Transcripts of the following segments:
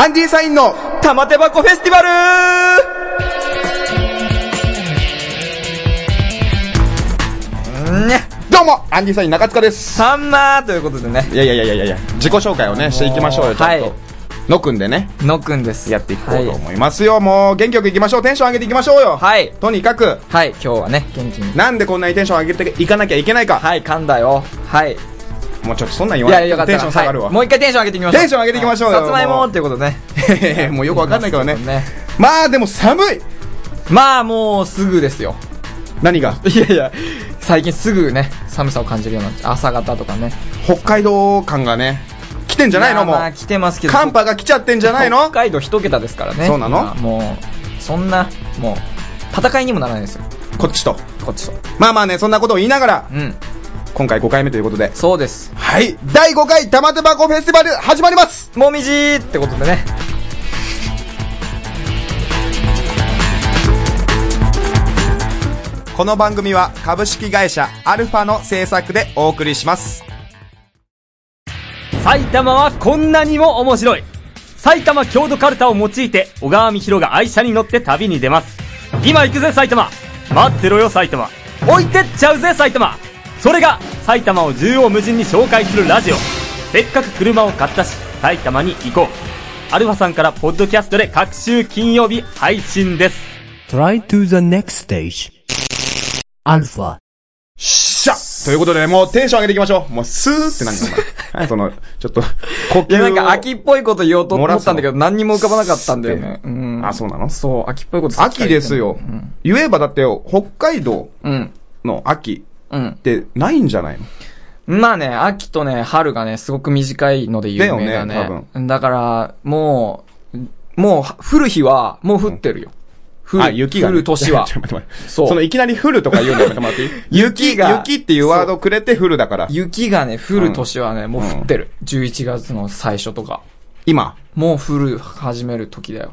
アンディサインの玉手箱フェスティバルどうもアンディサイン中塚です。 サンマーということでね。 いや自己紹介をねしていきましょうよ。ちゃんと、はい、のくんでね、 のくんですやっていこうと思いますよ、はい、もう元気よくいきましょう。テンション上げていきましょうよ。 はい、 とにかくはい、今日はね元気になんでこんなにテンション上げていかなきゃいけないか。 はい、噛んだよ。はい、 もうちょっとそんなん言わない。いやよかった、テンション下がるわ、 はい、もう一回テンション上げていきましょう。 テンション上げていきましょうよ。 さつまいもっていうことねもうよくわかんないからねまあでも寒い。 まあもうすぐですよ。 何が？ いや最近すぐね寒さを感じるようになって、朝方とかね、 北海道感がね来てんじゃないの？もうまあ来てますけど、 寒波が来ちゃってんじゃないの？ 北海道一桁ですからね。 そうなの？ もうそんなもう戦いにもならないですよ、 こっちと。 まあね、そんなことを言いながら、今回5回目ということで。 そうです。 はい、第5回玉手箱フェスティバル始まります。 もみじーってことでね。 この番組は株式会社アルファの制作でお送りします。 埼玉はこんなにも面白い。埼玉郷土カルタを用いて小川美弘が愛車に乗って旅に出ます。今行くぜ埼玉、待ってろよ埼玉、置いてっちゃうぜ埼玉。それが埼玉を縦横無尽に紹介するラジオ。せっかく車を買ったし埼玉に行こう。アルファさんからポッドキャストで各週金曜日配信です。 Try to the next stage アルファ。 しゃということで、もうテンション上げていきましょう。もうスーって何お前はい、そのちょっと呼吸を。 いやなんか秋っぽいこと言おうと思ったんだけど何にも浮かばなかったんだよね。 あ、そうなの？ そう、秋っぽいこと秋ですよ、言えばだって北海道の秋ってないんじゃないの？ まあね、秋とね、春がね、すごく短いので有名だね。 だよね、多分。 だから、もう、降る日は、もう降ってるよ。 雪が、ね。 降る年は。 そう。そのいきなり降るとか言うのやめてもらっていい？雪っていうワードくれて降るだから。 雪がね、降る年はね、もう降ってる。11月の最初とか。 今もう始める時だよ。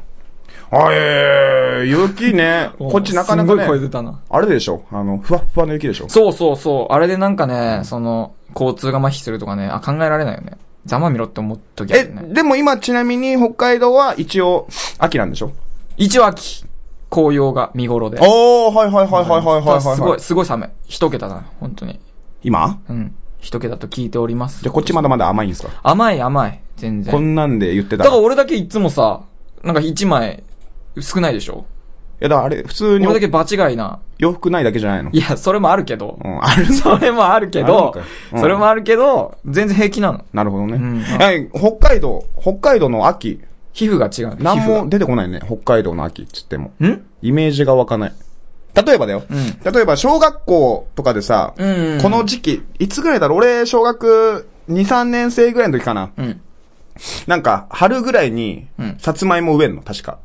雪ね。こっちなかなかね。 すごい声出たな。 あれでしょ？ふわっふわの雪でしょ？ そう。あれでなんかね、交通が麻痺するとかね、考えられないよね。ざまみろって思っときゃね。 でも今ちなみに北海道は一応秋なんでしょ？ 一応秋。紅葉が見頃で。 はい。 すごい寒い。一桁だな、本当に。 今？ 一桁と聞いております。 じゃあこっちまだまだ甘いんですか？ 甘い。全然。 こんなんで言ってた。 だから俺だけいつもさ、なんか一枚、少ないでしょ？ いやだからあれ、普通に。 俺だけ場違いな。 洋服ないだけじゃないの？ いや、それもあるけど。 それもあるけど、全然平気なの。 なるほどね。北海道の秋。 皮膚が違う。 何も出てこないね。北海道の秋っつっても。イメージが湧かない。例えばだよ。例えば小学校とかでさ、この時期、いつぐらいだろう？俺、小学2、3年生ぐらいの時かな。なんか、春ぐらいに、さつまいも植えんの、確か。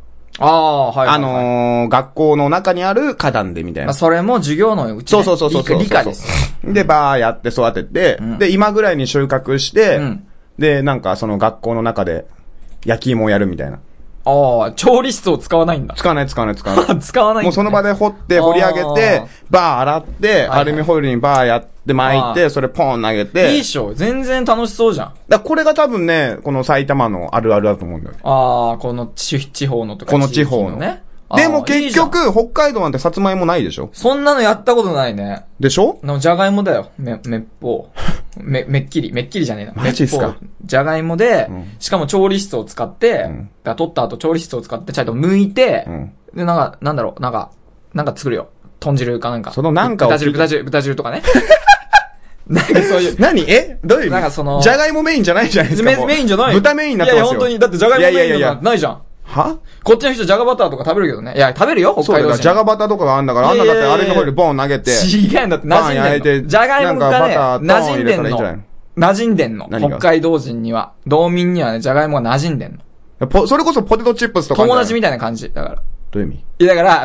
学校の中にある花壇でみたいな。 それも授業のうち、 そう。 理科です。 で、バーやって育てて、で、今ぐらいに収穫して、で、なんかその学校の中で、焼き芋をやるみたいな。 調理室を使わないんだ。 使わない。 使わない。 もうその場で掘り上げて、バー洗って、アルミホイルにバーやって巻いて、それポン投げて。 いいっしょ。全然楽しそうじゃん。 これが多分ね、この埼玉のあるあるだと思うんだよ。 この地方のとか。 この地方のね。でも結局、北海道なんてさつまいもないでしょ？ そんなのやったことないね。 でしょ？ じゃがいもだよ。めっぽう。めっきりじゃねえな。 マジっすか？ じゃがいもで、しかも調理室を使って、取った後調理室を使ってちゃんと剥いて、で、なんだろう、なんか作るよ。豚汁かなんか。 そのなんか豚汁とかね。なんかそういう。 何？どういう意味？ なんかじゃがいもメインじゃないじゃないですか。 メインじゃない。 豚メインになってますよ。 いや本当に、だってじゃがいもメインなんかないじゃん。 は？ こっちの人じゃがバターとか食べるけどね。いや、食べるよ、北海道人。 じゃがバターとかがあんだから、あんなだってあれの方にボン投げて。 違うんだって、馴染んでんの。じゃがいもがね、馴染んでんの。馴染んでんの。北海道人には。道民にはね、じゃがいもが馴染んでんの。それこそポテトチップスとか。 友達みたいな感じ。だから。 どういう意味？ いや、だから、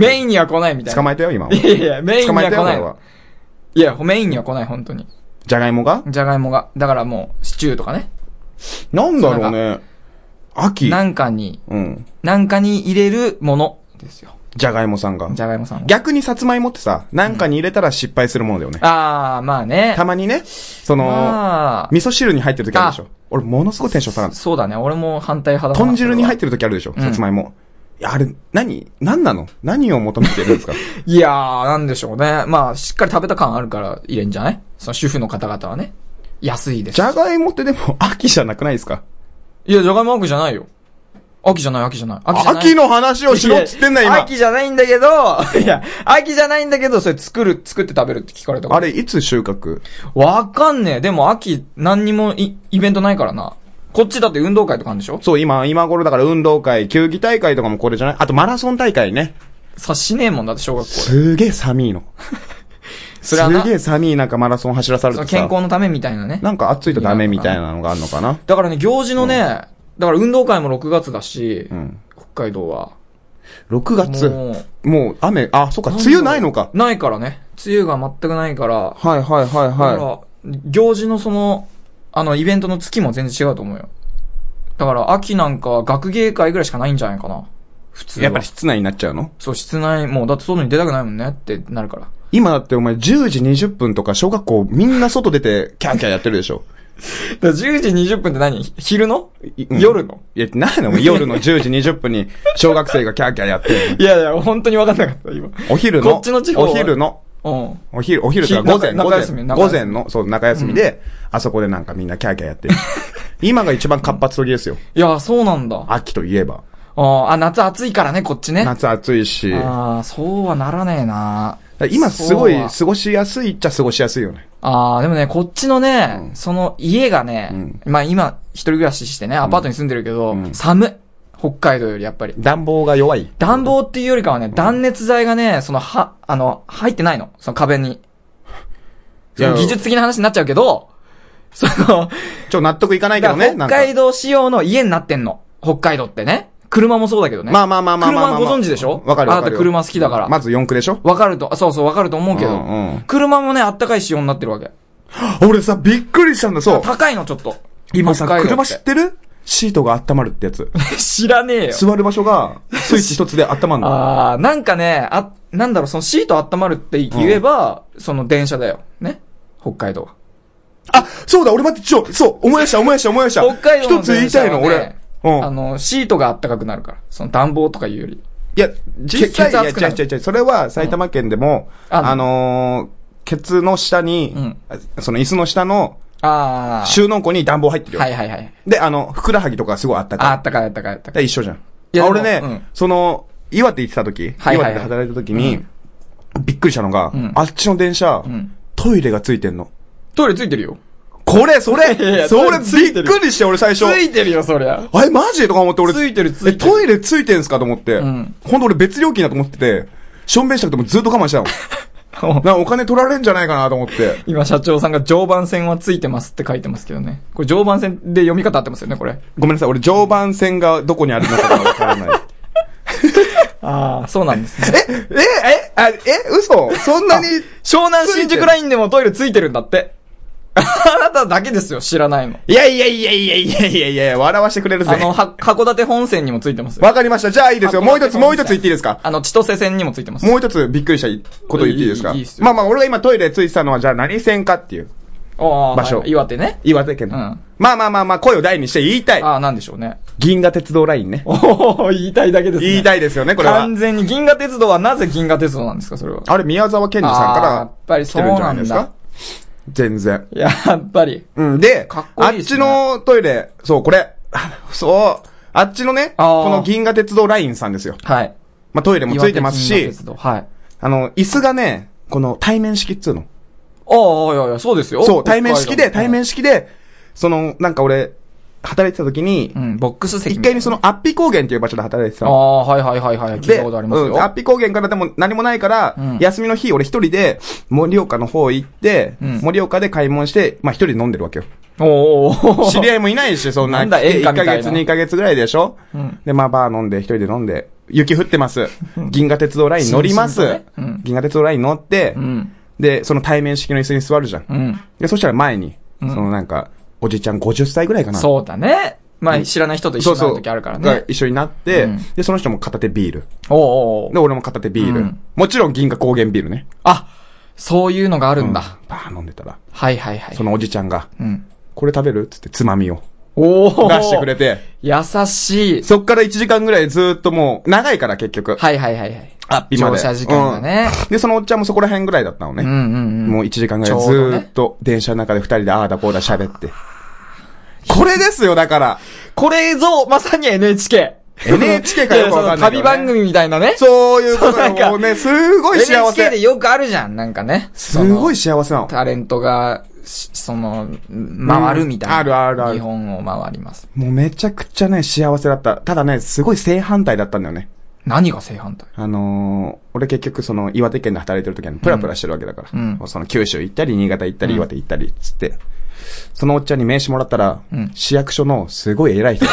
メインには来ないみたいな。 捕まえたよ、今。 いや、メインには来ない。いや、メインには来ない、本当に。 じゃがいもが。 だからもう、シチューとかね。 なんだろうね。秋。 なんかに入れるものですよ。 じゃがいもさんが。 じゃがいもさんは。 逆にさつまいもってさ、なんかに入れたら失敗するものだよね。 あー、まあね。 たまにね、味噌汁に入ってる時あるでしょ。俺ものすごいテンション下がる。 そうだね、俺も反対派だな。 豚汁に入ってる時あるでしょ、さつまいも。いや、あれ、何なの？何を求めてるんですか？ いやー、なんでしょうね。まあ、しっかり食べた感あるから入れんじゃない？その主婦の方々はね。安いです。 じゃがいもってでも秋じゃなくないですか？ いや、じゃがいも秋じゃないよ。秋じゃない。秋の話をしろっつってんだ今。 秋じゃないんだけど、いや、秋じゃないんだけど、それ作って食べるって聞かれたから。 あれ、いつ収穫？ わかんねえ。でも秋、何にもイベントないからな。こっちだって運動会とかあるんでしょ？ そう、今頃だから運動会、球技大会とかもこれじゃない？あとマラソン大会ね。 さしねえもんだって小学校で。 すげえ寒いの。すげえ寒い中マラソン走らされてさ。 健康のためみたいなね。 なんか暑いとダメみたいなのがあるのかな。 だからね、行事のね、だから運動会も6月だし、北海道は。 6月もう雨、そっか、梅雨ないのか。 ないからね。梅雨が全くないから。 はい。だから、行事のイベントの月も全然違うと思うよ。だから秋なんかは学芸会ぐらいしかないんじゃないかな。普通は。 やっぱり室内になっちゃうの？ そう、室内、もうだって外に出たくないもんねってなるから。 今だってお前10時20分とか小学校みんな外出てキャーキャーやってるでしょ。 だから10時20分って何？昼の？夜の？ いや、何の夜の10時20分に小学生がキャーキャーやってるの？ いや、本当に分かんなかった、今。 お昼の。 こっちの地方。 お昼の。お昼とか午前の、そう、中休みで、あそこでなんかみんなキャーキャーやってる。今が一番活発時ですよ。 いや、そうなんだ。 秋といえば。 夏暑いからね、こっちね。 夏暑いし。 そうはならねえな。 今すごい過ごしやすいっちゃ過ごしやすいよね。 でもね、こっちのね、その家がね、まあ今、一人暮らししてね、アパートに住んでるけど、寒い。北海道よりやっぱり。 暖房が弱い。 暖房っていうよりかはね、断熱材がね、入ってないの。その壁に。技術的な話になっちゃうけど、 納得いかないけどね。 北海道仕様の家になってんの。北海道ってね。車もそうだけどね。 まあ。 車ご存知でしょ？ わかる。 あなた車好きだから。 まず4駆でしょ？ わかると思うけど。車もね、あったかい仕様になってるわけ。 俺さ、びっくりしたんだ、そう。 高いの、ちょっと。 今さ、車知ってる？シートが温まるってやつ。 知らねえよ。 座る場所が、スイッチ一つで温まるの。 なんかね、なんだろう、そのシート温まるって言えば、その電車だよ。ね。北海道は。 そうだ、俺待って、そう、思い出した。 北海道の一つ言いたいの、俺。 シートが暖かくなるから。その暖房とかいうより。 いや、実際、違う。それは埼玉県でも、ケツの下に、その椅子の下の、収納庫に暖房入ってるよ。 はい。 で、ふくらはぎとかすごいあったかい。 あったかい。 一緒じゃん。俺ね、岩手行ってた時、岩手で働いた時に、びっくりしたのが、あっちの電車、トイレがついてんの。 トイレついてるよ。 それびっくりして、俺最初。 ついてるよ、そりゃ。 マジとか思って俺。 ついてる。 トイレついてんすかと思って。ほんと俺別料金だと思ってて、しょんべんしたくてもずっと我慢したの。お金取られんじゃないかなと思って。 今社長さんが常磐線はついてますって書いてますけどね。これ常磐線で読み方合ってますよね、これ。 ごめんなさい、俺常磐線がどこにあるのかわからない。 そうなんですね。 嘘？そんなに湘南新宿ラインでもトイレついてるんだって。あなただけですよ、知らないの。 いや、笑わしてくれるぜ。 函館本線にもついてますよ。 わかりました。じゃあいいですよ。もう一つ言っていいですか？ 千歳線にもついてます。 もう一つびっくりしたこと言っていいですか？いいですよ。まあ、俺が今トイレついてたのは、じゃあ何線かっていう。場所。 岩手ね。 岩手県。まあ、声を大にして言いたい。 なんでしょうね。 銀河鉄道ラインね。 言いたいだけですね。 言いたいですよね、これは。 完全に銀河鉄道はなぜ銀河鉄道なんですか、それは。 あれ、宮沢賢治さんからやっぱり来てるんじゃないですか？全然。 やっぱり。 で、あっちのトイレ、これ。あっちのね、この銀河鉄道ラインさんですよ。 はい。 まあ、トイレもついてますし、 はい。 椅子がね、この対面式っつうの。 いや、そうですよ。 そう、対面式で、なんか俺、働いてた時に、 ボックス席。 一回にその、アッピ高原っていう場所で働いてたの。はい。聞いたことありますよ。 アッピ高原からでも何もないから、休みの日俺一人で、盛岡の方行って、盛岡で買い物して、まあ一人で飲んでるわけよ。知り合いもいないし、そんな、1ヶ月、2ヶ月ぐらいでしょ？で、まあバー飲んで、一人で飲んで、雪降ってます。銀河鉄道ライン乗ります。銀河鉄道ライン乗って、で、その対面式の椅子に座るじゃん。で、そしたら前に、なんか、おじちゃん50歳ぐらいかな。 そうだね。 まあ、知らない人と一緒になる時あるからね。 が一緒になって、で、その人も片手ビール。で、俺も片手ビール。もちろん銀河高原ビールね。 あ、そういうのがあるんだ。 バー飲んでたら。 はいはいはい。 そのおじちゃんが、これ食べるつってつまみを。出してくれて。 優しい。 そっから1時間ぐらいずっともう、長いから結局。 はいはいはいはい。 今乗車時間がね。 で、そのおっちゃんもそこら辺ぐらいだったのね。もう1時間ぐらいずっと電車の中で2人でああだこうだ喋って。これですよ、だから。 これぞ、まさに NHK。NHK かよくわかんない、ね。 旅番組みたいなね。 そういうことがもうね、すごい幸せ。 NHK でよくあるじゃん、なんかね。 すごい幸せなの。 タレントが、回るみたいな。 ある。 日本を回ります。 もうめちゃくちゃね、幸せだった。ただね、すごい正反対だったんだよね。 何が正反対？ 俺結局岩手県で働いてる時にプラプラしてるわけだから。その九州行ったり、新潟行ったり、岩手行ったり、つって。そのおっちゃんに名刺もらったら、市役所のすごい偉い人だった。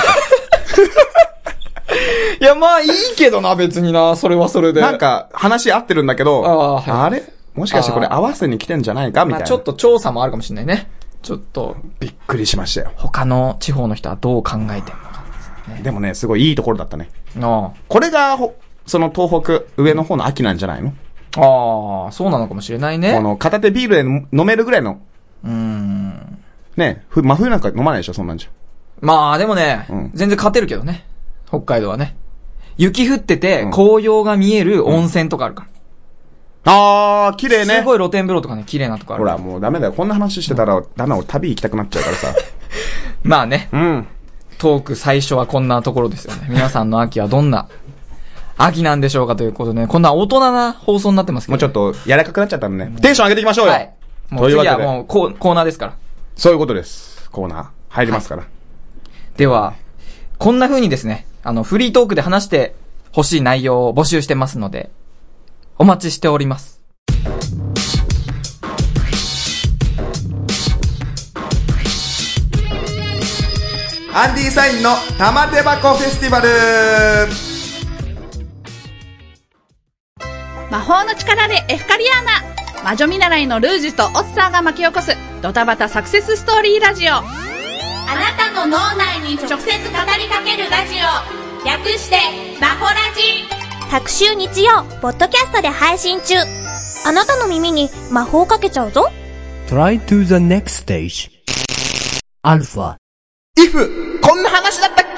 いや、まあいいけどな、別にな、それはそれで。 なんか、話合ってるんだけど、あれもしかしてこれ合わせに来てんじゃないかみたいな。 ちょっと調査もあるかもしれないね。ちょっと。 びっくりしましたよ。 他の地方の人はどう考えてんのか、 ね。でもね、すごいいいところだったね。 これが、その東北、上の方の秋なんじゃないの？ そうなのかもしれないね。 この片手ビールで飲めるぐらいの。ね、真冬なんか飲まないでしょ、そんなんじゃ。 まあでもね、全然勝てるけどね。北海道はね。雪降ってて、紅葉が見える温泉とかあるから。綺麗ね。 すごい露天風呂とかね、綺麗なとこある。 ほら、もうダメだよ。こんな話してたら、ダメ、俺旅行きたくなっちゃうからさ。 まあね。トーク最初はこんなところですよね。皆さんの秋はどんな秋なんでしょうかということでね、こんな大人な放送になってますけど、ね。 もうちょっと柔らかくなっちゃったんでね。テンション上げていきましょうよ。はい。 もう次はもうコーナーですから。 そういうことです。コーナー。入りますから。 では、こんな風にですね、フリートークで話して欲しい内容を募集してますので、お待ちしております。 アンディサインの玉手箱フェスティバル。 魔法の力でエフカリアーナ、魔女見習いのルージュとオッサーが巻き起こすドタバタサクセスストーリーラジオ。あなたの脳内に直接語りかけるラジオ、略してマホラジ。 各週日曜ポッドキャストで配信中。あなたの耳に魔法をかけちゃうぞ。 Try to the next stage. アルファ。 if こんな話だったっけ。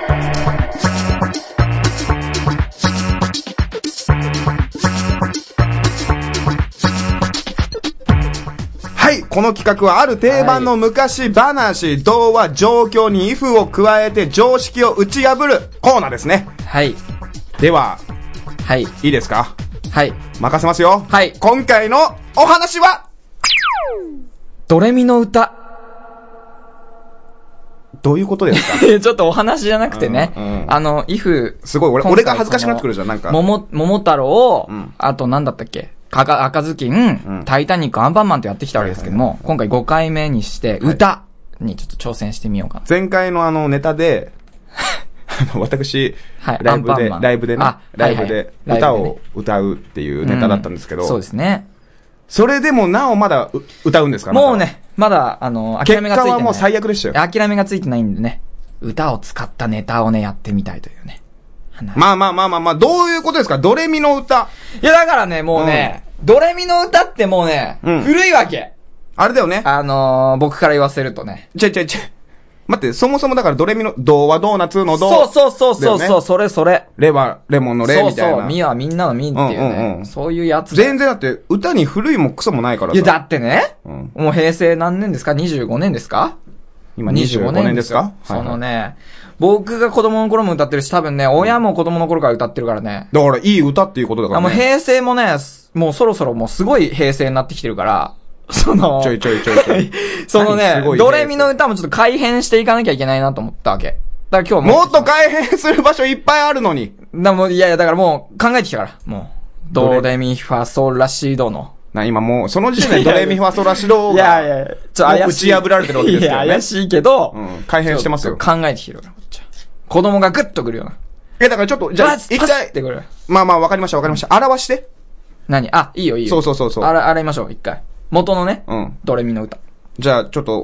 はい、この企画はある定番の昔話、童話、状況に if を加えて常識を打ち破るコーナーですね。 はい。 では、 はい。 いいですか？ はい。 任せますよ。 はい。 今回のお話は、 ドレミの歌。 どういうことですか？ ちょっとお話じゃなくてね。if。 すごい、俺が恥ずかしくなってくるじゃん、なんか。 桃太郎、あとなんだったっけ？赤ずきん、タイタニック、アンパンマンとやってきたわけですけども、今回5回目にして、歌にちょっと挑戦してみようかな。 前回のネタで、私、ライブで歌を歌うっていうネタだったんですけど、 そうですね。 それでもなおまだ歌うんですか？ もうね、まだ、諦めがついてない。 結果はもう最悪でしたよ。 諦めがついてないんでね、歌を使ったネタをね、やってみたいというね。 まあ、どういうことですか？ドレミの歌。 いや、だからね、もうね、ドレミの歌ってもうね、古いわけ。 あれだよね。 僕から言わせるとね。 待って、そもそもだからドレミの、ドはドーナツのド。 そう、それ。 レはレモンのレみたいな。 そう、ミはみんなのミっていうね。そういうやつ。 全然だって、歌に古いもクソもないからさ。 いや、だってね、もう平成何年ですか？ 25 年ですか？ 今25年ですか？ そのね、僕が子供の頃も歌ってるし、多分ね、親も子供の頃から歌ってるからね。 だからいい歌っていうことだからね。 もう平成もね、もうそろそろもうすごい平成になってきてるから、 ちょい。 そのね、ドレミの歌もちょっと改変していかなきゃいけないなと思ったわけ。だから今日もっと改変する場所いっぱいあるのに。 だからもう考えてきたから。もう、ドレミファソラシドの。 今もう、その時点でドレミファソラシドが、打ち破られてるわけですよね。 いや、怪しいけど、 改変してますよ。 考えてきてるから、こっちは。子供がグッとくるような。 だからちょっと、じゃあ、一回、ってくる。まあ、わかりました。表して。 何？いいよ。 そう。 洗いましょう、一回。元のね、ドレミの歌。 じゃあ、ちょっと、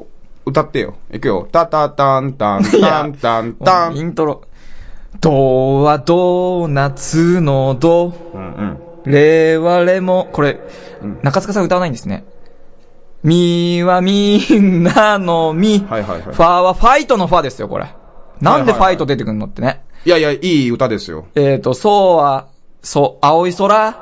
歌ってよ。いくよ。タタタンタンタンタンタン。 イントロ。ドはドーナツのド。レはレモン。これ、中塚さん歌わないんですね。ミはみんなのミ。ファはファイトのファですよ、これ。なんでファイト出てくんのってね。 いやいや、いい歌ですよ。 ソは、青い空。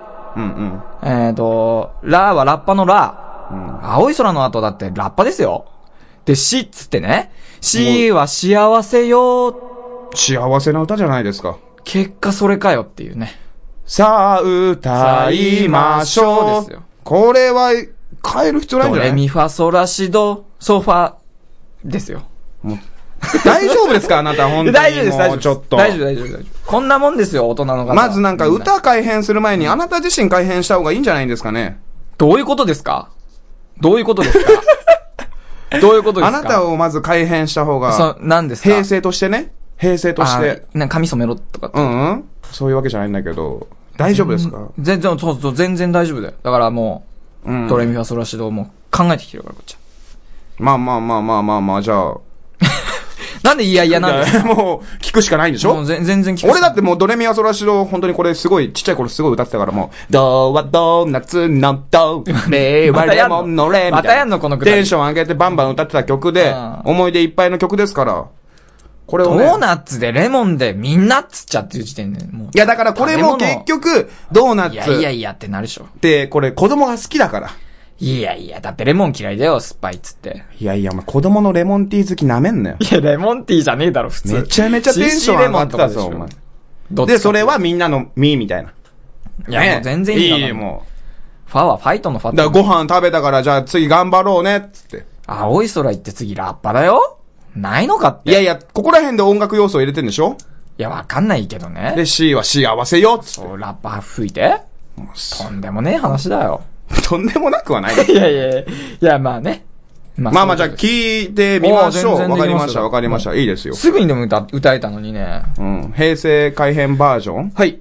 ラはラッパのラ。青い空の後だってラッパですよ。で、シっつってね。シは幸せよ。 幸せな歌じゃないですか。 結果それかよっていうね。 さあ、歌いましょう。ですよ。これは、変える必要ないんじゃない？ ドレミファソラシド、ソファですよ。 もう大丈夫ですかあなた、本当に。 大丈夫です、大丈夫です。 ちょっと。 大丈夫。こんなもんですよ、大人の方。 まずなんか歌改編する前に、あなた自身改編した方がいいんじゃないんですかね。 どういうことですかどういうことですかあなたをまず改編した方が。 何ですか平成としてね。平成として。 髪染めろとか。 そういうわけじゃないんだけど、大丈夫ですか？ 全然大丈夫だよ。だからもう、ドレミファソラシドをもう考えてきてるから、こっちは。 まあ、じゃあ。 なんでいやいやなんですか？ もう、聞くしかないんでしょ？ もう全然聞く。 俺だってもうドレミファソラシド、本当にこれすごい、ちっちゃい頃すごい歌ってたからもう、ドはドーナツのド、レはレモンのレみたいな。 またやんのこのくらい。 テンション上げてバンバン歌ってた曲で、思い出いっぱいの曲ですから。これをね。 ドーナツでレモンでみんなっつっちゃってる時点でもう。 いやだからこれも結局、ドーナツ。 いやってなるでしょ。 で、これ子供が好きだから。 いや、だってレモン嫌いだよ、酸っぱいっつって。 いや、お前子供のレモンティー好き舐めんなよ。 いや、レモンティーじゃねえだろ、普通。 めちゃめちゃテンション上がってたぞ、お前。で、それはみんなのミーみたいな。 いや、もう全然いいよ。 もう。ファはファイトのファだからご飯食べたからじゃあ次頑張ろうね、つって。 青い空行って次ラッパだよ？ないのかって。 いや、ここら辺で音楽要素を入れてんでしょ？ いや、わかんないけどね。 で、C は幸せよ、つって。 そう、ラッパ吹いて。とんでもねえ話だよ。 とんでもなくはない。 いや、まあね。 まあじゃあ聞いてみましょう。わかりました。いいですよ。 すぐにでも歌えたのにね。 平成改編バージョン？ はい。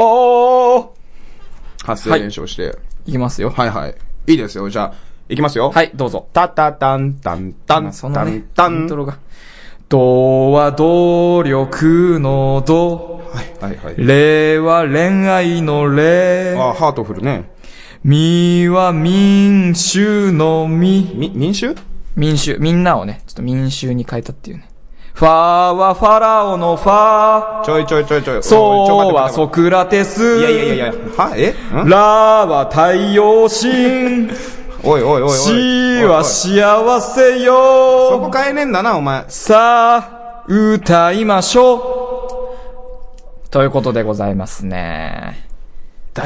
発声練習して。 いきますよ。 はい。いいですよ。じゃあ、いきますよ。 はい、どうぞ。 タタタンタンタンタンタン。 イントロが。ドは努力のド。 はい。 レは恋愛のレ。 ハートフルね。 ミは民衆のミ。 民衆？ 民衆。みんなをね、ちょっと民衆に変えたっていうね。ファはファラオのファ。 ちょい。 ソはソクラテス。 いや。 ラは太陽神。 おい。 シは幸せよ。 そこ変えねえんだな、お前。 さあ、歌いましょう。ということでございますね。 と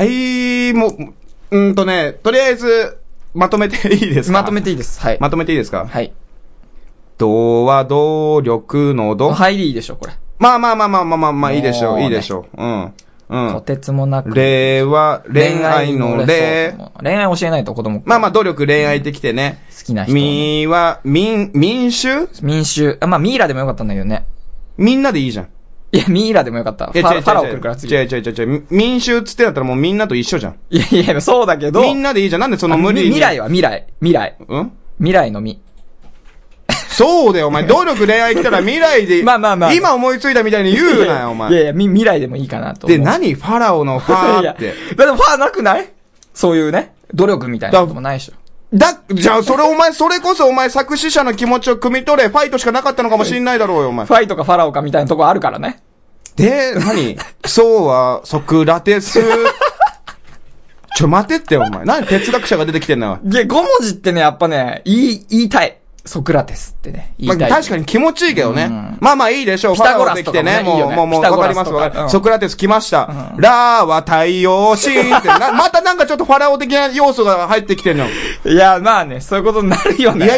りあえず、まとめていいですか？ まとめていいです。はい。 まとめていいですか？ はい。 ドは努力のド。 入りいいでしょ、これ。 まあ、いいでしょう。 とてつもなく。 レは恋愛のレ。 恋愛教えないと子供。 まあ、努力恋愛ってきてね。 好きな人。 ミは民衆？ 民衆。まあ、ミイラでもよかったんだけどね。 みんなでいいじゃん。 いや、ミイラでもよかった。ファラオ来るから次。 違う。民衆つってだったらもうみんなと一緒じゃん。 いや、そうだけど。 みんなでいいじゃん。なんでその無理に。 未来。未来の実。 そうだよ、お前。努力恋愛来たら未来で。 まあ。 今思いついたみたいに言うなよ、お前。 いや、未来でもいいかなと。 で、何ファラオのファーって。 だってファーなくない？そういうね。努力みたいなこともないでしょ。 じゃあ、それこそお前作詞者の気持ちを汲み取れ、ファイトしかなかったのかもしんないだろうよ、お前。 ファイトかファラオかみたいなとこあるからね。 で、そうは、ソクラテス。待てって、お前。何哲学者が出てきてんの？ いや、5文字ってね、やっぱね、言いたい。ソクラテスってね。言いたい。 確かに気持ちいいけどね。まあいいでしょう。ファラオできてね。もう、わかります。ソクラテス来ました。ラーは太陽神って、またなんかちょっとファラオ的な要素が入ってきてんの。 いや、まあね、そういうことになるよね。 い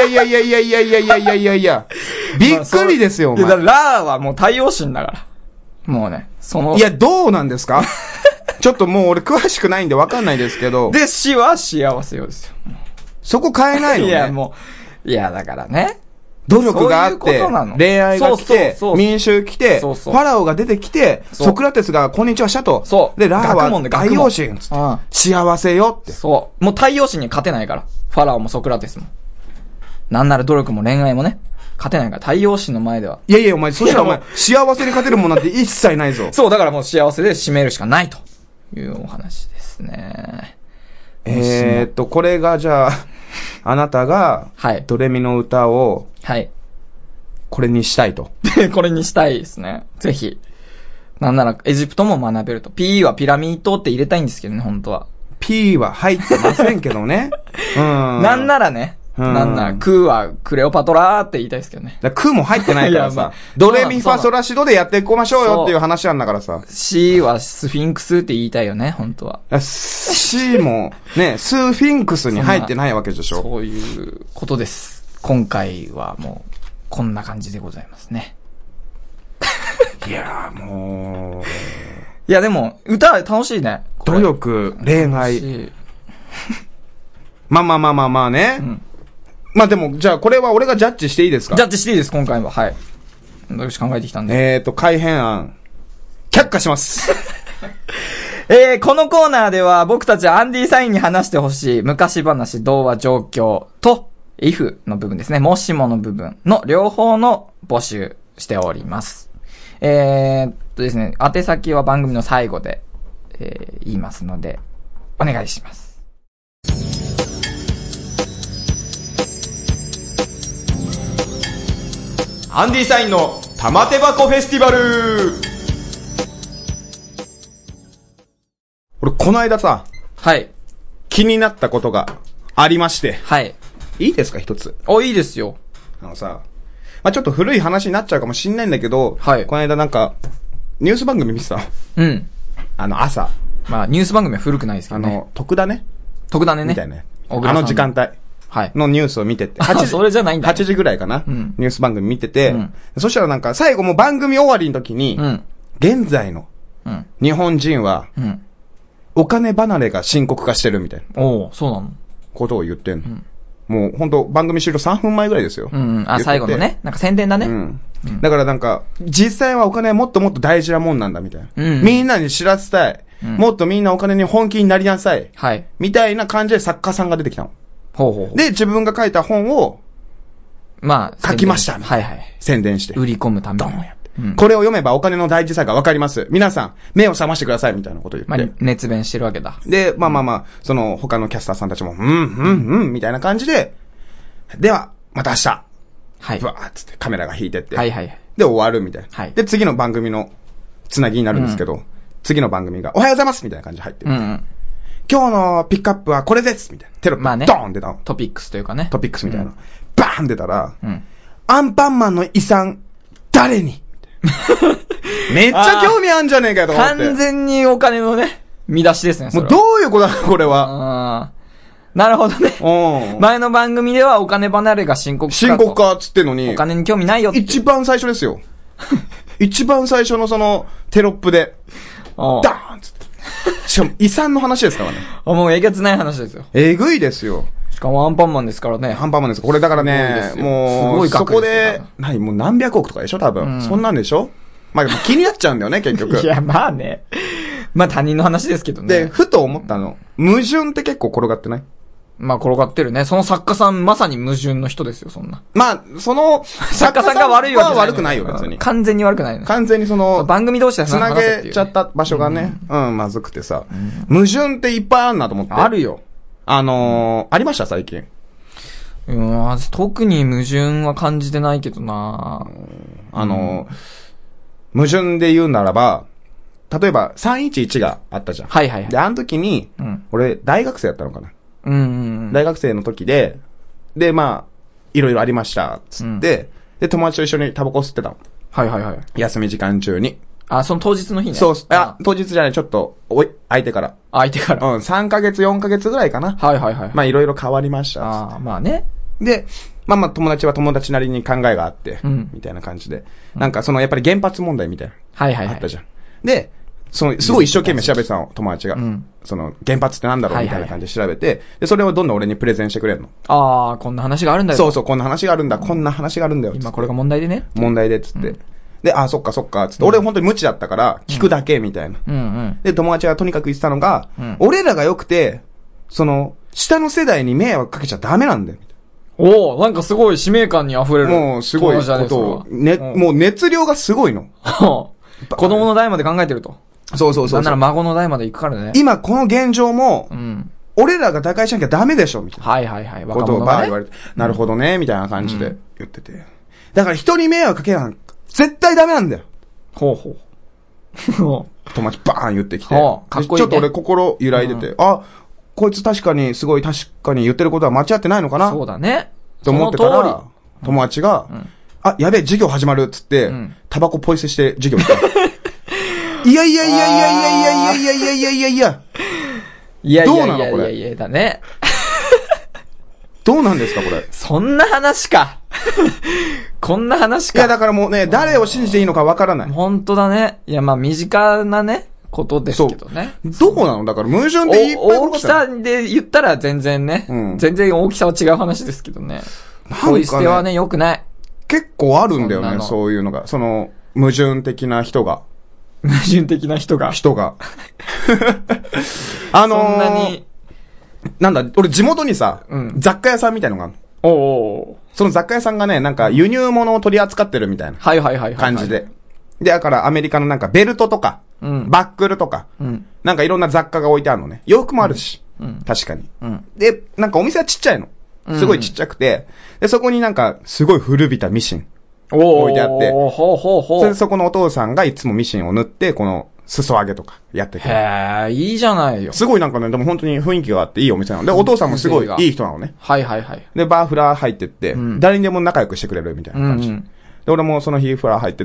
や。びっくりですよ、お前。 ラーはもう太陽神だから。もうね、 いや、どうなんですか？ちょっともう俺詳しくないんでわかんないですけど。 で、死は幸せよですよ。 そこ変えないのね。 いや、もう。いや、だからね。 努力があって、恋愛が来て、民衆来て、ファラオが出てきて、ソクラテスがこんにちはしたと。で、ラーは太陽神つって。幸せよって。 そう。もう太陽神に勝てないから。ファラオもソクラテスも。 なんなら努力も恋愛もね、勝てないから太陽神の前では。 いやいや、お前、そしたらお前、幸せに勝てるもんなんて一切ないぞ。 そう、だからもう幸せで締めるしかないというお話ですね。 これがじゃあ、あなたが、 はい。 ドレミの歌を、 はい。 これにしたいと。 これにしたいですね。ぜひ。なんなら、エジプトも学べると。P はピラミッドって入れたいんですけどね、本当は。 P は入ってませんけどね。 なんならね。なんなら、クーはクレオパトラーって言いたいですけどね。 クーも入ってないからさ、ドレミファソラシドでやっていこましょうよっていう話なんだからさ。 C はスフィンクスって言いたいよね、本当は。 C も、ね、スフィンクスに入ってないわけでしょ。 そういうことです。今回はもう、こんな感じでございますね。 いやーもう。 いやでも、歌楽しいね。 努力、恋愛。まあね。まあでも、じゃあこれは俺がジャッジしていいですか？ ジャッジしていいです、今回は。はい。私考えてきたんで。 改編案、却下します。 このコーナーでは僕たちアンディサインに話してほしい昔話、童話、状況と、if の部分ですね。もしもの部分の両方の募集しております。ですね、宛先は番組の最後で、言いますので、お願いします。 アンディサインの玉手箱フェスティバル。俺この間さ、 はい。 気になったことがありまして。 はい。 いいですか一つ。 いいですよ。 さ、まあ、ちょっと古い話になっちゃうかもしんないんだけど、 はい。 この間なんか、ニュース番組見てた。 うん。 朝。 まあ、ニュース番組は古くないですけどね。 特ダネね。 みたいなね。時間帯。 はい。 のニュースを見てて。 8時。それじゃないんだ。 8時ぐらいかな。 うん。 ニュース番組見てて。うん。そしたらなんか、最後もう番組終わりの時に、うん。現在の、うん。日本人は、うん。お金離れが深刻化してるみたいな。 おー、そうなの？ ことを言ってんの。うん。もうほんと番組終了3分前ぐらいですよ。 うん。最後のね。なんか宣伝だね。うん。 だからなんか、実際はお金はもっともっと大事なもんなんだみたいな。うん。みんなに知らせたい。うん。もっとみんなお金に本気になりなさい。 はい。 みたいな感じで作家さんが出てきたの。 ほうほう。 で、自分が書いた本を、まあ、書きました。 はいはい。 宣伝して。 売り込むために。 ドンやって。うん。これを読めばお金の大事さがわかります。皆さん、目を覚ましてくださいみたいなことを言って。 まあ、熱弁してるわけだ。 で、まあ、その他のキャスターさんたちも、みたいな感じで、では、また明日。 はい。 ブワーっつってカメラが引いてって。 はいはい。 で、終わるみたいな。 はい。 で、次の番組のつなぎになるんですけど、次の番組が、おはようございますみたいな感じで入ってる。今日のピックアップはこれですみたいな。テロップ、ドーン出たの。 トピックスというかね。 トピックスみたいな。バーン出たら、アンパンマンの遺産、誰にめっちゃ興味あんじゃねえかよと思って。 完全にお金のね、見出しですね。 もうどういうことだこれは。 なるほどね。前の番組ではお金離れが深刻化っつってんのに。 お金に興味ないよって。 一番最初ですよ。一番最初のそのテロップで、ダーンつって。しかも遺産の話ですからね。 もうえげつない話ですよ。 えぐいですよ。 しかもアンパンマンですからね。 アンパンマンです。これだからね、もう、そこで、もう何百億とかでしょ多分。そんなんでしょまあでも気になっちゃうんだよね、結局。 いや、まあね。まあ他人の話ですけどね。 で、ふと思ったの。矛盾って結構転がってない？ まあ転がってるね。その作家さんまさに矛盾の人ですよ、そんな。 まあ、その、 作家さんが悪いわけじゃない。 悪くないよ、別に。 完全に悪くないね。 完全にその、 番組同士でつなげちゃった場所がね、まずくてさ。矛盾っていっぱいあるなと思って。 あるよ。 ありました、最近。 特に矛盾は感じてないけどな矛盾で言うならば、例えば311があったじゃん。 はいはいはい。 で、あの時に、俺、大学生だったのかな。大学生の時で、まあ、いろいろありました、つって、で、友達と一緒にタバコ吸ってたの。 はいはいはい。 休み時間中に。 その当日の日ね。 そう、当日じゃない、ちょっと、相手から。3ヶ月、4ヶ月ぐらいかな。 はいはいはい。 まあ、いろいろ変わりました。 まあね。 で、まあ友達は友達なりに考えがあって、みたいな感じで。なんかやっぱり原発問題みたいな。 はいはいはい。 あったじゃん。で、すごい一生懸命調べてたの、友達が。原発ってなんだろうみたいな感じで調べて、で、それをどんどん俺にプレゼンしてくれるの。 こんな話があるんだよ。 そうそう、こんな話があるんだ、こんな話があるんだよ。 今これが問題でね。 問題で、つって。で、そっかそっか、つって。俺本当に無知だったから、聞くだけ、みたいな。で、友達がとにかく言ってたのが、俺らが良くて、下の世代に迷惑かけちゃダメなんだよ。 おー、なんかすごい使命感に溢れる。 もうすごいことを、ね、もう熱量がすごいの。 子供の代まで考えてると。 そうそうそう。 なんなら孫の代まで行くからね。 今この現状も、俺らが打開しなきゃダメでしょみたいな。 はいはいはい。 ことを言われて、なるほどね、みたいな感じで言ってて。だから人に迷惑かけなん絶対ダメなんだよ。 ほうほう。 友達バーン言ってきて。 かっこいいね。 ちょっと俺心揺らいでて、あ、こいつ確かに言ってることは間違ってないのかなそうだね。 と思ってたら、友達が、あ、やべえ、授業始まるっつって、タバコポイ捨てして授業行った。いやいやいやいやいやいやいやいやいやいやいやいや。 いやいやいやいやいやだね。 どうなんですかこれ。 そんな話か。こんな話か。 いやだからもうね、誰を信じていいのかわからない。 本当だね。いやまあ身近なね、ことですけどね。 どこなのだから矛盾でいっぱい大きさで言ったら全然ね。全然大きさは違う話ですけどね。ポイ捨てはね、良くない。 結構あるんだよね、そういうのが。その、矛盾的な人が。 矛盾的な人が。 そんなに。なんだ、俺地元にさ、雑貨屋さんみたいのがあるの。 おその雑貨屋さんがね、なんか輸入物を取り扱ってるみたいな。感じで。で、だからアメリカのなんかベルトとか、バックルとか、なんかいろんな雑貨が置いてあるのね。洋服もあるし。確かに。で、なんかお店はちっちゃいの。すごいちっちゃくて、で、そこになんかすごい古びたミシン。置いてあって、そこのお父さんがいつもミシンを縫って、この裾上げとかやってて。 へー、いいじゃないよ。 すごいなんかね、でも本当に雰囲気があっていいお店なので、お父さんもすごいいい人なのね。 はいはいはい。 で、バーフラー入ってって、誰にでも仲良くしてくれるみたいな感じ。で、俺もその日フラー入ってって、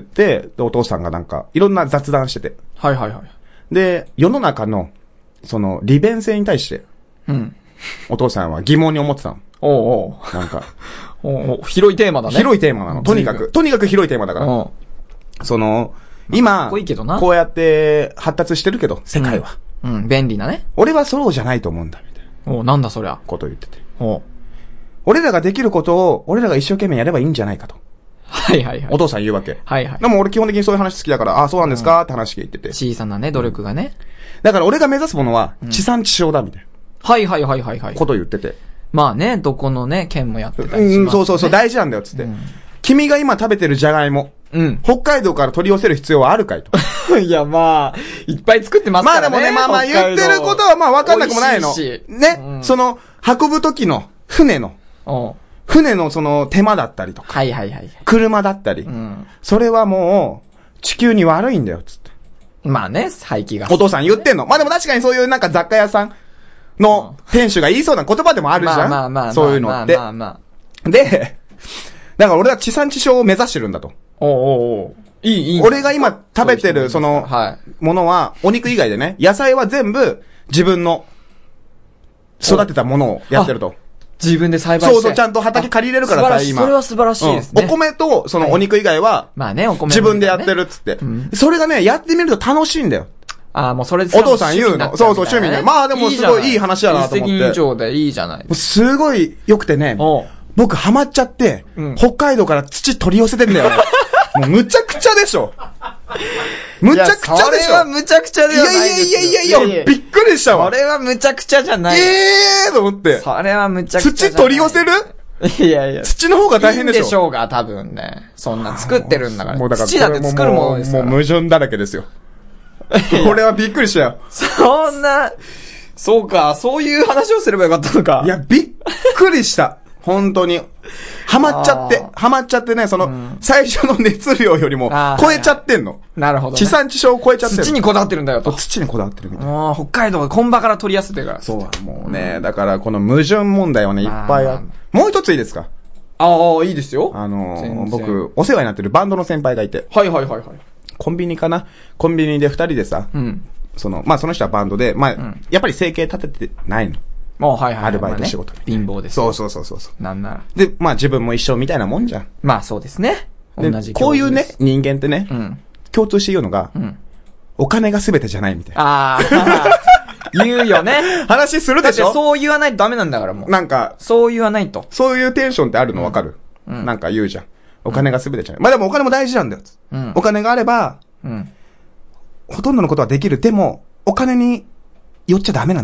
で、お父さんがなんか、いろんな雑談してて。 はいはいはい。 で、世の中の、その、利便性に対して、お父さんは疑問に思ってたの。なんか。 広いテーマだね。 広いテーマなの。とにかく広いテーマだから。その、今、こうやって発達してるけど、世界は。 便利なね。 俺はそうじゃないと思うんだ、みたいな。 なんだそりゃ。 ことを言ってて。俺らができることを、俺らが一生懸命やればいいんじゃないかと。 はいはいはい。 お父さん言うわけ。 はいはい。 でも俺基本的にそういう話好きだから、あ、そうなんですかって話聞いてて。 小さなね、努力がね。 だから俺が目指すものは、地産地消だ、みたいな。 はいはいはいはいはい。 ことを言ってて。 まあね、どこのね、県もやってたりします。 そう、大事なんだよ、つって。君が今食べてるじゃがいも。北海道から取り寄せる必要はあるかいと。 いや、まあ、いっぱい作ってますからね。 まあでもね、まあ言ってることはまあわかんなくもないの。ね、その、運ぶ時の船のその手間だったりとか。車だったり。それはもう、地球に悪いんだよ、つって。 まあね、廃棄が。 お父さん言ってんの。まあでも確かにそういうなんか雑貨屋さんの店主が言いそうな言葉でもあるじゃん。まあそういうのって。で、だから俺は地産地消を目指してるんだと。いい。俺が今食べてるその、ものは、お肉以外でね、野菜は全部自分の育てたものをやってると。 自分で栽培して。 そう、ちゃんと畑借りれるからさ、今。 それは素晴らしいですね。 お米とそのお肉以外は、 まあね、お米自分でやってるっつって。それがね、やってみると楽しいんだよ。 もうそれお父さん言うの。そう、趣味ね。まあでもすごいいい話だなと思って。 一石二鳥でいいじゃない。 すごい良くてね、僕ハマっちゃって、北海道から土取り寄せてんだよ。もうむちゃくちゃでしょ。むちゃくちゃでしょ。それはむちゃくちゃではないですよ。いや、びっくりしたわ。 それはむちゃくちゃじゃない。 と思って。 それはむちゃくちゃ。 土取り寄せるいやいや。 土の方が大変でしょ。 いいんでしょうが、多分ね。そんな作ってるんだから。土だって作るものですから。 もう矛盾だらけですよ。俺はびっくりしたよ。 そんな、そうか、そういう話をすればよかったのか。 いや、びっくりした。本当に。ハマっちゃってね、その、最初の熱量よりも、超えちゃってんの。 なるほど。 地産地消を超えちゃってんの。 土にこだわってるんだよと。 土にこだわってるみたいな。 北海道が本場から取り寄せてるから。 そう、もうね、だからこの矛盾問題はね、いっぱいある。もう一ついいですか？ いいですよ。 僕、お世話になってるバンドの先輩がいて。 はい。 コンビニかな？コンビニで二人でさ、その人はバンドで、やっぱり生計立ててないの。アルバイト仕事みたいな。 貧乏です。 そう。 なんなら。 で、自分も一緒みたいなもんじゃん。 まあそうですね。 同じ。こういうね、人間ってね、共通して言うのが、お金が全てじゃないみたいな。 言うよね。 話するでしょ？ だってそう言わないとダメなんだからもう。 なんか、 そう言わないと。 そういうテンションってあるのわかる？なんか言うじゃん。お金が全てじゃない。でもお金も大事なんだよ。お金があれば、ほとんどのことはできる。でも、お金に寄っちゃダメなんだよ。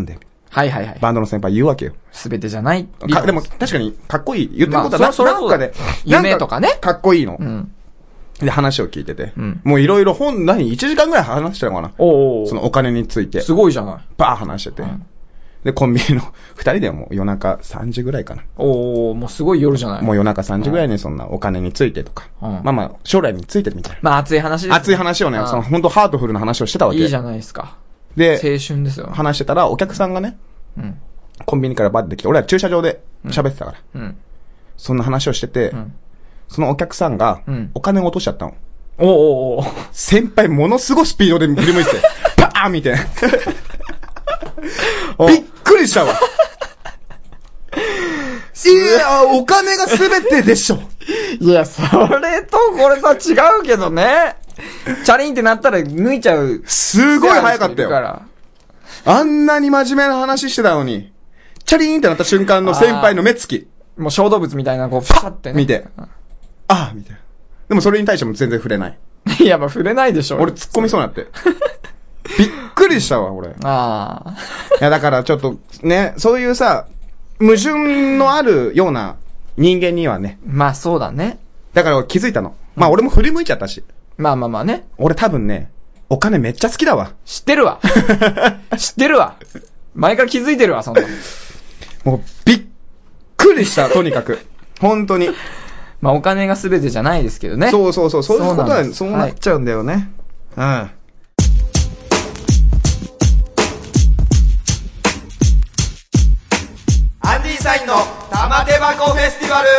はいはいはい。 バンドの先輩言うわけよ。 すべてじゃない。 でも確かにかっこいい。言ってることはなんかね、 夢とかね。 かっこいいの。 うん。 で、話を聞いてて。もういろいろ1時間ぐらい話してたのかな。そのお金について。 すごいじゃない。 バー話してて。で、コンビニの二人でもう夜中3時ぐらいかな。 もうすごい夜じゃない。 もう夜中3時ぐらいにそんなお金についてとか。まあまあ、将来についてみたいな。 まあ熱い話ですね。 熱い話をね、その本当ハートフルな話をしてたわけ。 いいじゃないですか。 で、 青春ですよ。 話してたらお客さんがね、コンビニからバッて来て、俺は駐車場で喋ってたから。そんな話をしてて、そのお客さんがお金を落としちゃったの。先輩ものすごいスピードで振り向いて、パーンみたいな。びっくりしたわ。いや、お金が全てでしょ。 いや、それとこれとは違うけどね。チャリンってなったら抜いちゃう。 すごい早かったよ。あんなに真面目な話してたのに、チャリーンってなった瞬間の先輩の目つき。 もう小動物みたいな、こう、ファってね。 見て。あみたいな。でもそれに対しても全然触れない。 いや、まあ触れないでしょ。 俺突っ込みそうになって。びっくりしたわ、俺。いや、だからちょっと、ね、そういうさ、矛盾のあるような人間にはね。 まあそうだね。 だから気づいたの。まあ俺も振り向いちゃったし。 まあまあまあね。 俺多分ね、お金めっちゃ好きだわ。 知ってるわ。知ってるわ。前から気づいてるわ、そんな。 もうびっくりした、とにかく。本当に。 まあお金が全てじゃないですけどね。 そうそうそう、そういうことはそうなっちゃうんだよね。うん。アンディサインの玉手箱フェスティバル。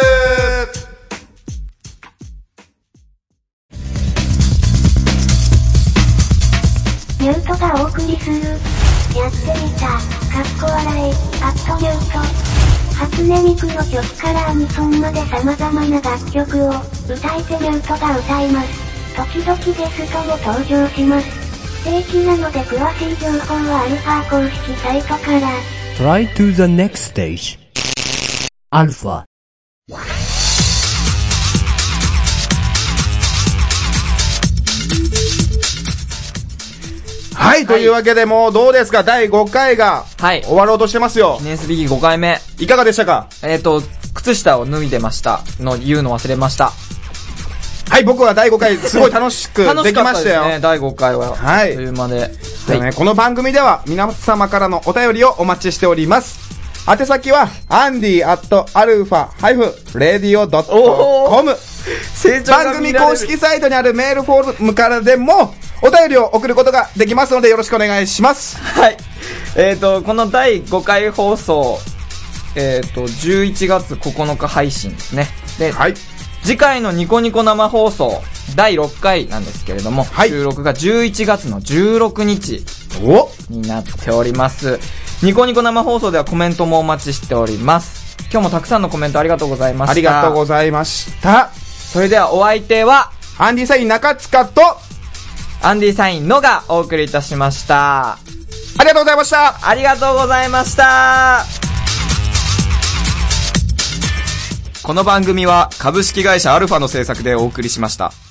ニュートがお送りする。やってみた。かっこ笑い。ニュート。初音ミクの曲からアニソンまで様々な楽曲を歌い手ニュートが歌います。時々ゲストも登場します。不定期なので詳しい情報はアルファ公式サイトから。 Try to the next stage. Alpha. はい、というわけでもうどうですか、第5回が終わろうとしてますよ。 記念すべき5回目。 いかがでしたか？ 靴下を脱いでましたの言うの忘れました。 はい、僕は第5回すごい楽しくできましたよ。 楽しかったですね、第5回は。 はい。 というまで。 でね、この番組では皆様からのお便りをお待ちしております。宛先は、andy@alpha-radio.com。番組公式サイトにあるメールフォームからでも、お便りを送ることができますのでよろしくお願いします。 はい。この第5回放送、11月9日配信ですね。で、はい。次回のニコニコ生放送、第6回なんですけれども、はい、収録が11月の16日になっております。ニコニコ生放送ではコメントもお待ちしております。今日もたくさんのコメントありがとうございました。 ありがとうございました。 それではお相手は、 アンディサイン中塚と、 アンディサインのがお送りいたしました。 ありがとうございました。 ありがとうございました。 この番組は株式会社アルファの制作でお送りしました。